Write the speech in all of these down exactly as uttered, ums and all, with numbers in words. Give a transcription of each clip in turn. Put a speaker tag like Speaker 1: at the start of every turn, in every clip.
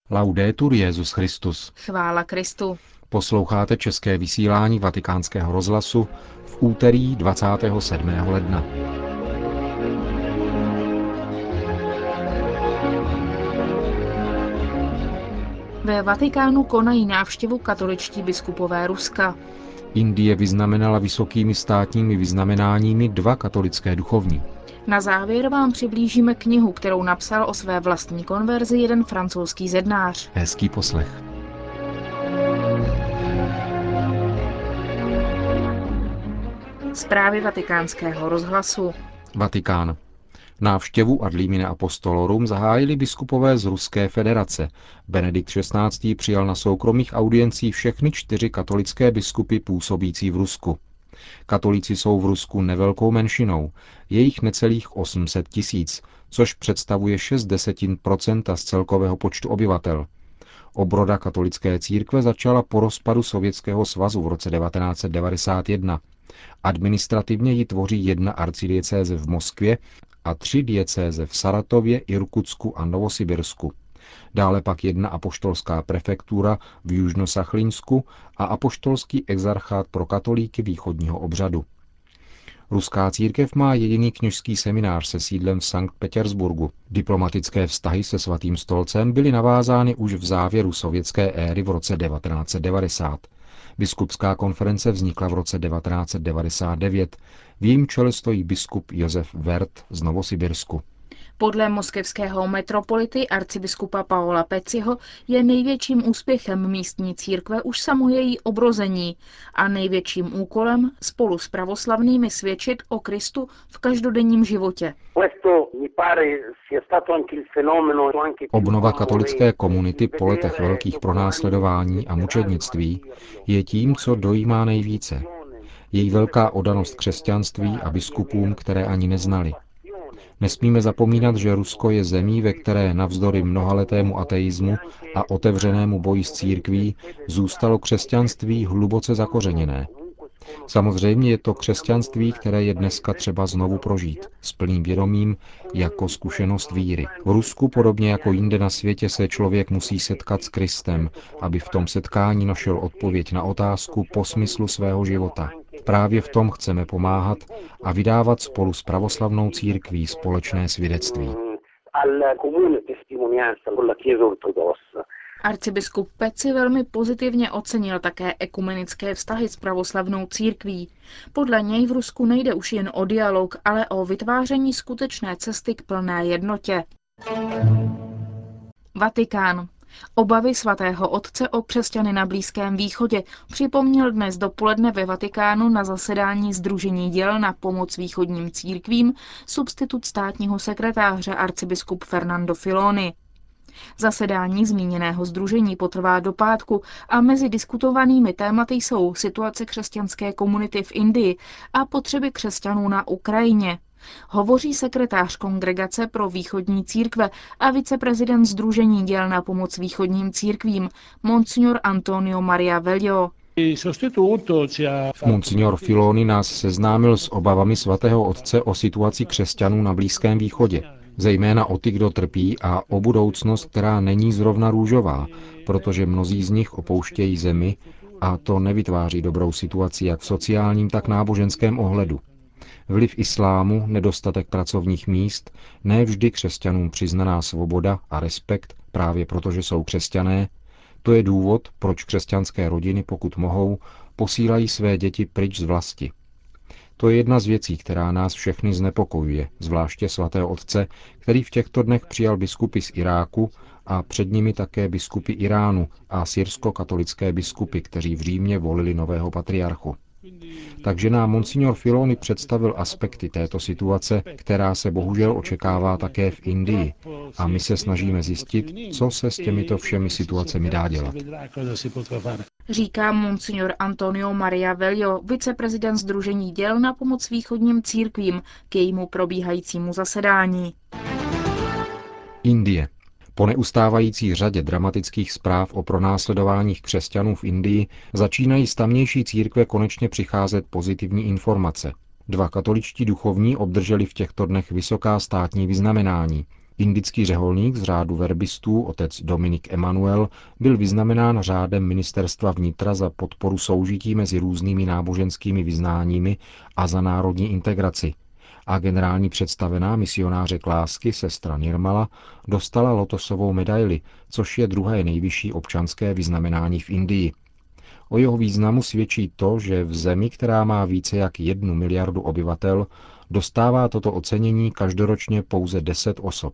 Speaker 1: Laudetur Jesus Christus.
Speaker 2: Chvála Kristu.
Speaker 1: Posloucháte české vysílání Vatikánského rozhlasu v úterý dvacátého sedmého ledna.
Speaker 2: Ve Vatikánu konají návštěvu katoličtí biskupové Ruska.
Speaker 1: Indie vyznamenala vysokými státními vyznamenáními dva katolické duchovní.
Speaker 2: Na závěr vám přiblížíme knihu, kterou napsal o své vlastní konverzi jeden francouzský zednář.
Speaker 1: Hezký poslech.
Speaker 2: Zprávy Vatikánského rozhlasu.
Speaker 1: Vatikán. Návštěvu Ad limine apostolorum zahájili biskupové z Ruské federace. Benedikt šestnáctý přijal na soukromých audiencích všechny čtyři katolické biskupy působící v Rusku. Katolíci jsou v Rusku nevelkou menšinou, je jich necelých osm set tisíc, což představuje šest desetin procenta z celkového počtu obyvatel. Obroda katolické církve začala po rozpadu Sovětského svazu v roce devatenáct set devadesát jedna. Administrativně ji tvoří jedna arcidiecéze v Moskvě a tři diecéze v Saratově, Irkutsku a Novosibirsku. Dále pak jedna apoštolská prefektura v Južnosachlínsku a apoštolský exarchát pro katolíky východního obřadu. Ruská církev má jediný kněžský seminář se sídlem v Sankt Petersburgu. Diplomatické vztahy se Svatým stolcem byly navázány už v závěru sovětské éry v roce devatenáct set devadesát. Biskupská konference vznikla v roce devatenáct set devadesát devět. V jejím čele stojí biskup Josef Vert z Novosibirsku.
Speaker 2: Podle moskevského metropolity arcibiskupa Paola Peciho je největším úspěchem místní církve už samo její obrození a největším úkolem spolu s pravoslavnými svědčit o Kristu v každodenním životě.
Speaker 1: Obnova katolické komunity po letech velkých pronásledování a mučednictví je tím, co dojímá nejvíce. Její velká oddanost křesťanství a biskupům, které ani neznali. Nesmíme zapomínat, že Rusko je zemí, ve které navzdory mnohaletému ateismu a otevřenému boji s církví zůstalo křesťanství hluboce zakořeněné. Samozřejmě je to křesťanství, které je dneska třeba znovu prožít, s plným vědomím, jako zkušenost víry. V Rusku, podobně jako jinde na světě, se člověk musí setkat s Kristem, aby v tom setkání našel odpověď na otázku po smyslu svého života. Právě v tom chceme pomáhat a vydávat spolu s pravoslavnou církví společné svědectví.
Speaker 2: Arcibiskup Peci velmi pozitivně ocenil také ekumenické vztahy s pravoslavnou církví. Podle něj v Rusku nejde už jen o dialog, ale o vytváření skutečné cesty k plné jednotě. Vatikán. Obavy svatého otce o křesťany na Blízkém východě připomněl dnes dopoledne ve Vatikánu na zasedání Sdružení děl na pomoc východním církvím substitut státního sekretáře arcibiskup Fernando Filoni. Zasedání zmíněného sdružení potrvá do pátku a mezi diskutovanými tématy jsou situace křesťanské komunity v Indii a potřeby křesťanů na Ukrajině. Hovoří sekretář Kongregace pro východní církve a viceprezident Sdružení děl na pomoc východním církvím, monsignor Antonio Maria Velho.
Speaker 1: Monsignor Filoni nás seznámil s obavami svatého otce o situaci křesťanů na Blízkém východě, zejména o ty, kdo trpí, a o budoucnost, která není zrovna růžová, protože mnozí z nich opouštějí zemi a to nevytváří dobrou situaci jak v sociálním, tak náboženském ohledu. Vliv islámu, nedostatek pracovních míst, ne vždy křesťanům přiznaná svoboda a respekt právě protože jsou křesťané, to je důvod, proč křesťanské rodiny, pokud mohou, posílají své děti pryč z vlasti. To je jedna z věcí, která nás všechny znepokojuje, zvláště svatého otce, který v těchto dnech přijal biskupy z Iráku a před nimi také biskupy Iránu a syrsko-katolické biskupy, kteří v Římě volili nového patriarchu. Takže nám monsignor Filoni představil aspekty této situace, která se bohužel očekává také v Indii, a my se snažíme zjistit, co se s těmito všemi situacemi dá dělat.
Speaker 2: Říká monsignor Antonio Maria Velho, viceprezident Sdružení děl na pomoc východním církvím k jejímu probíhajícímu zasedání.
Speaker 1: Indie. Po neustávající řadě dramatických zpráv o pronásledováních křesťanů v Indii začínají z tamnější církve konečně přicházet pozitivní informace. Dva katoličtí duchovní obdrželi v těchto dnech vysoká státní vyznamenání. Indický řeholník z řádu verbistů, otec Dominik Emanuel, byl vyznamenán řádem ministerstva vnitra za podporu soužití mezi různými náboženskými vyznáními a za národní integraci. A generální představená misionářek lásky, sestra Nirmala, dostala lotosovou medaili, což je druhé nejvyšší občanské vyznamenání v Indii. O jeho významu svědčí to, že v zemi, která má více jak jednu miliardu obyvatel, dostává toto ocenění každoročně pouze deset osob.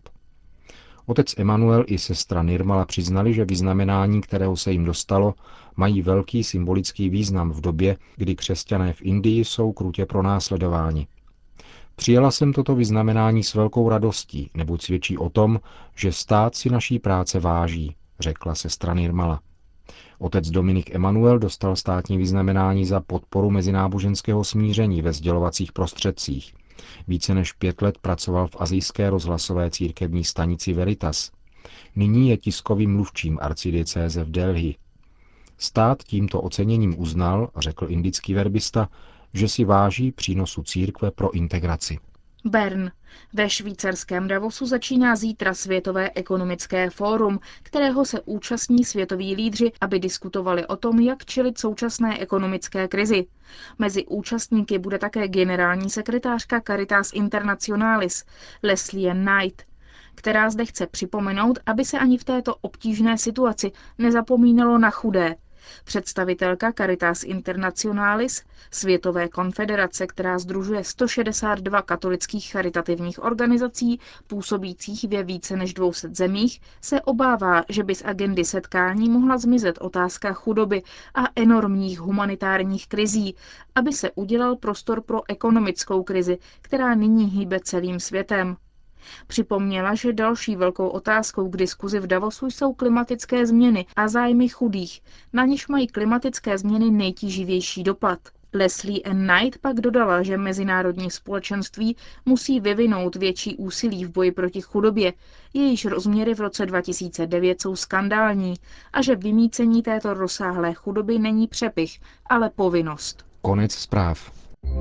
Speaker 1: Otec Emanuel i sestra Nirmala přiznali, že vyznamenání, kterého se jim dostalo, mají velký symbolický význam v době, kdy křesťané v Indii jsou krutě pronásledováni. Přijala jsem toto vyznamenání s velkou radostí, neboť svědčí o tom, že stát si naší práce váží, řekla sestra Nirmala. Otec Dominik Emanuel dostal státní vyznamenání za podporu mezináboženského smíření ve sdělovacích prostředcích. Více než pět let pracoval v asijské rozhlasové církevní stanici Veritas. Nyní je tiskovým mluvčím arcidiecéze v Delhi. Stát tímto oceněním uznal, řekl indický verbista, že si váží přínosu církve pro integraci.
Speaker 2: Bern. Ve švýcarském Davosu začíná zítra Světové ekonomické fórum, kterého se účastní světoví lídři, aby diskutovali o tom, jak čelit současné ekonomické krizi. Mezi účastníky bude také generální sekretářka Caritas Internationalis Leslie Knight, která zde chce připomenout, aby se ani v této obtížné situaci nezapomínalo na chudé. Představitelka Caritas Internationalis, světové konfederace, která sdružuje sto šedesát dva katolických charitativních organizací působících ve více než dvou stech zemích, se obává, že by z agendy setkání mohla zmizet otázka chudoby a enormních humanitárních krizí, aby se udělal prostor pro ekonomickou krizi, která nyní hýbe celým světem. Připomněla, že další velkou otázkou k diskuzi v Davosu jsou klimatické změny a zájmy chudých, na něž mají klimatické změny nejtíživější dopad. Leslie N. Knight pak dodala, že mezinárodní společenství musí vyvinout větší úsilí v boji proti chudobě, jejíž rozměry v roce dva tisíce devět jsou skandální, a že vymýcení této rozsáhlé chudoby není přepych, ale povinnost.
Speaker 1: Konec zpráv.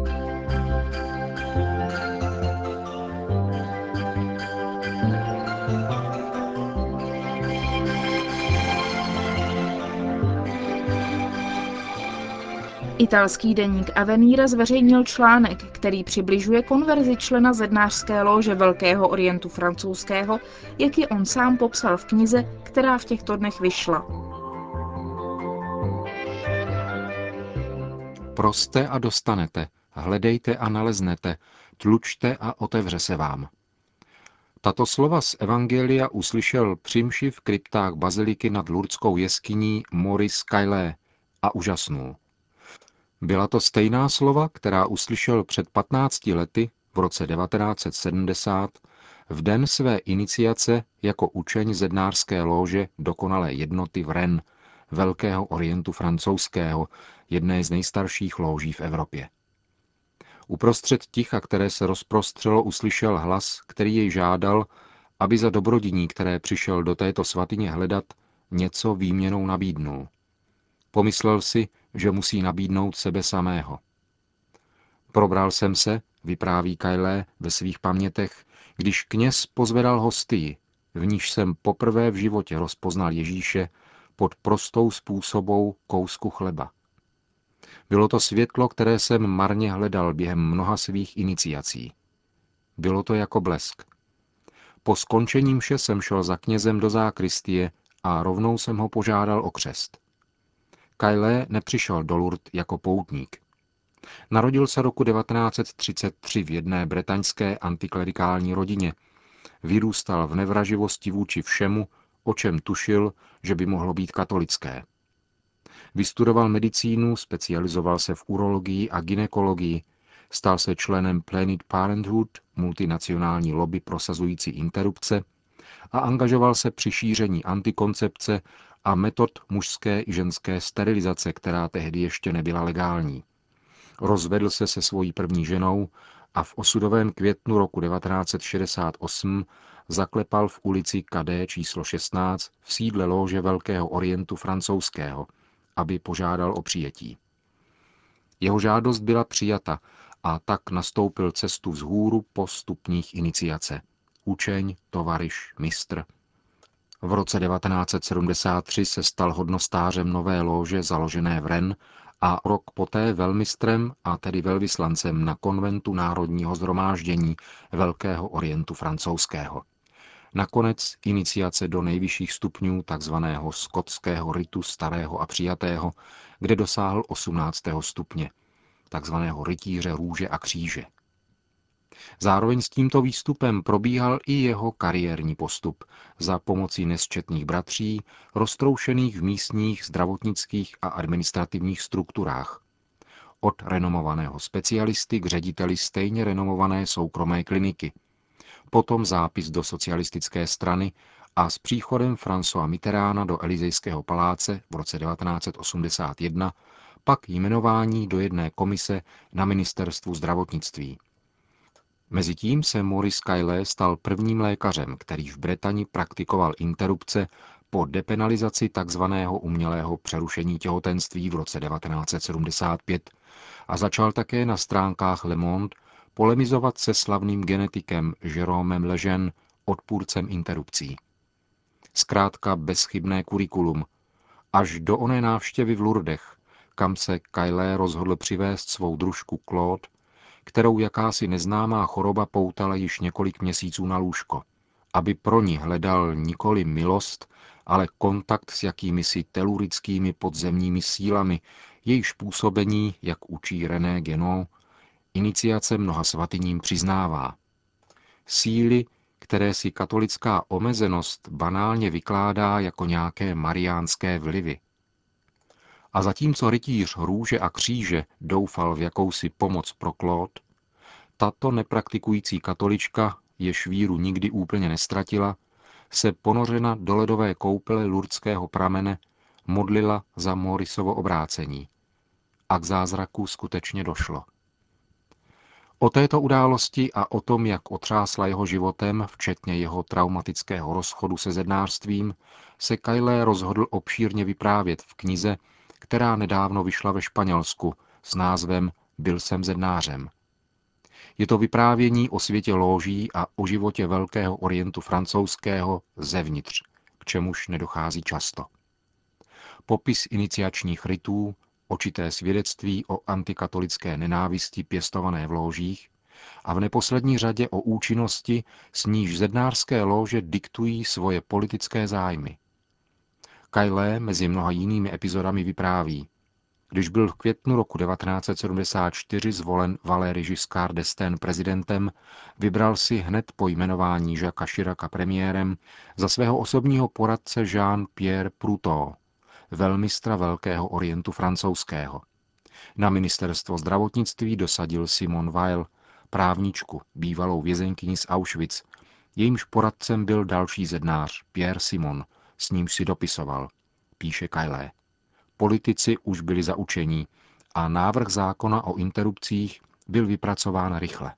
Speaker 2: Italský deník Avvenire zveřejnil článek, který přibližuje konverzi člena zednářské lóže Velkého orientu francouzského, jak ji on sám popsal v knize, která v těchto dnech vyšla.
Speaker 1: Proste a dostanete, hledejte a naleznete, tlučte a otevře se vám. Tato slova z Evangelia uslyšel při mši v kryptách baziliky nad Lurdskou jeskyní Maurice Caillé a úžasnul. Byla to stejná slova, která uslyšel před patnácti lety v roce devatenáct set sedmdesát v den své iniciace jako učeň zednářské lóže dokonalé jednoty v Rennes, Velkého orientu francouzského, jedné z nejstarších lóží v Evropě. Uprostřed ticha, které se rozprostřelo, uslyšel hlas, který jej žádal, aby za dobrodiní, které přišel do této svatyně hledat, něco výměnou nabídnul. Pomyslel si, že musí nabídnout sebe samého. Probral jsem se, vypráví Caillé ve svých pamětech, když kněz pozvedal hostii, v níž jsem poprvé v životě rozpoznal Ježíše pod prostou způsobou kousku chleba. Bylo to světlo, které jsem marně hledal během mnoha svých iniciací. Bylo to jako blesk. Po skončení mše jsem šel za knězem do zákristie a rovnou jsem ho požádal o křest. Caillé nepřišel do Lourdes jako poutník. Narodil se roku devatenáct set třicet tři v jedné bretaňské antiklerikální rodině. Vyrůstal v nevraživosti vůči všemu, o čem tušil, že by mohlo být katolické. Vystudoval medicínu, specializoval se v urologii a gynekologii, stal se členem Planned Parenthood, multinacionální lobby prosazující interrupce, a angažoval se při šíření antikoncepce a metod mužské i ženské sterilizace, která tehdy ještě nebyla legální. Rozvedl se se svojí první ženou a v osudovém květnu roku devatenáct set šedesát osm zaklepal v ulici Cadé číslo šestnáct v sídle lóže Velkého orientu francouzského, aby požádal o přijetí. Jeho žádost byla přijata a tak nastoupil cestu vzhůru po stupních iniciace. učeň, tovaryš, mistr. V roce devatenáct set sedmdesát tři se stal hodnostářem nové lóže založené v Rennes a rok poté velmistrem a tedy velvyslancem na konventu Národního shromáždění Velkého orientu francouzského. Nakonec iniciace do nejvyšších stupňů tzv. Skotského ritu starého a přijatého, kde dosáhl osmnáctého stupně, tzv. Rytíře růže a kříže. Zároveň s tímto výstupem probíhal i jeho kariérní postup za pomocí nesčetných bratří, roztroušených v místních zdravotnických a administrativních strukturách. Od renomovaného specialisty k řediteli stejně renomované soukromé kliniky. Potom zápis do socialistické strany a s příchodem Françoise Mitterranda do Elysejského paláce v roce devatenáct set osmdesát jedna pak jmenování do jedné komise na ministerstvu zdravotnictví. Mezitím se Maurice Caillé stal prvním lékařem, který v Bretani praktikoval interrupce po depenalizaci tzv. Umělého přerušení těhotenství v roce devatenáct set sedmdesát pět a začal také na stránkách Le Monde polemizovat se slavným genetikem Jérômem Lejeune, odpůrcem interrupcí. Zkrátka bezchybné kurikulum, až do oné návštěvy v Lourdech, kam se Caillé rozhodl přivést svou družku Claude, kterou jakási neznámá choroba poutala již několik měsíců na lůžko, aby pro ní hledal nikoli milost, ale kontakt s jakýmisi telurickými podzemními sílami, jejichž působení, jak učí René Guénon, iniciace mnoha svatyním přiznává. Síly, které si katolická omezenost banálně vykládá jako nějaké mariánské vlivy. A zatímco rytíř růže a kříže doufal v jakousi pomoc pro Claude, tato nepraktikující katolička, jež víru nikdy úplně nestratila, se ponořena do ledové koupele Lourdského pramene modlila za Mauriceovo obrácení. A k zázraku skutečně došlo. O této události a o tom, jak otřásla jeho životem, včetně jeho traumatického rozchodu se zednářstvím, se Caillé rozhodl obšírně vyprávět v knize, která nedávno vyšla ve Španělsku s názvem Byl jsem zednářem. Je to vyprávění o světě lóží a o životě Velkého orientu francouzského zevnitř, k čemuž nedochází často. Popis iniciačních ritů, očité svědectví o antikatolické nenávisti pěstované v lóžích a v neposlední řadě o účinnosti, s níž zednářské lóže diktují svoje politické zájmy. Caillé mezi mnoha jinými epizodami vypráví: Když byl v květnu roku devatenáct set sedmdesát čtyři zvolen Valéry Giscard d'Estaing prezidentem, vybral si hned po jmenování Jacquesa Chiraca premiérem za svého osobního poradce Jean-Pierre Proutot, velmistra Velkého orientu francouzského. Na ministerstvo zdravotnictví dosadil Simone Weil, právničku, bývalou vězeňkyni z Auschwitz. Jejímž poradcem byl další zednář, Pierre Simon, s nímž si dopisoval, píše Caillé. Politici už byli zaučení a návrh zákona o interrupcích byl vypracován rychle.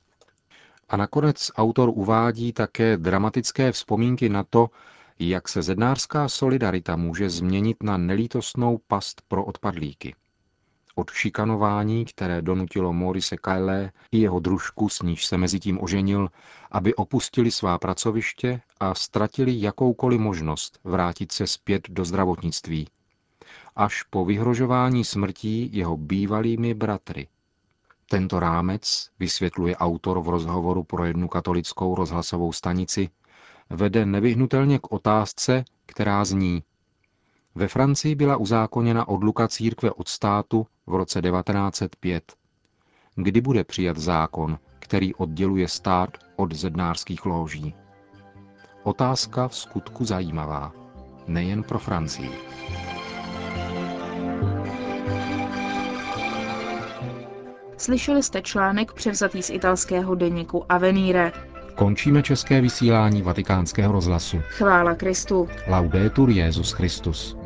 Speaker 1: A nakonec autor uvádí také dramatické vzpomínky na to, jak se zednářská solidarita může změnit na nelítostnou past pro odpadlíky. Od šikanování, které donutilo Maurice Caillé i jeho družku, s níž se mezitím oženil, aby opustili svá pracoviště a ztratili jakoukoliv možnost vrátit se zpět do zdravotnictví, až po vyhrožování smrtí jeho bývalými bratry. Tento rámec, vysvětluje autor v rozhovoru pro jednu katolickou rozhlasovou stanici, vede nevyhnutelně k otázce, která zní: Ve Francii byla uzákoněna odluka církve od státu v roce devatenáct set pět. Kdy bude přijat zákon, který odděluje stát od zednářských lóží? Otázka v skutku zajímavá, nejen pro Francii.
Speaker 2: Slyšeli jste článek převzatý z italského deníku Avvenire.
Speaker 1: Končíme české vysílání Vatikánského rozhlasu.
Speaker 2: Chvála Kristu.
Speaker 1: Laudetur Jesus Christus.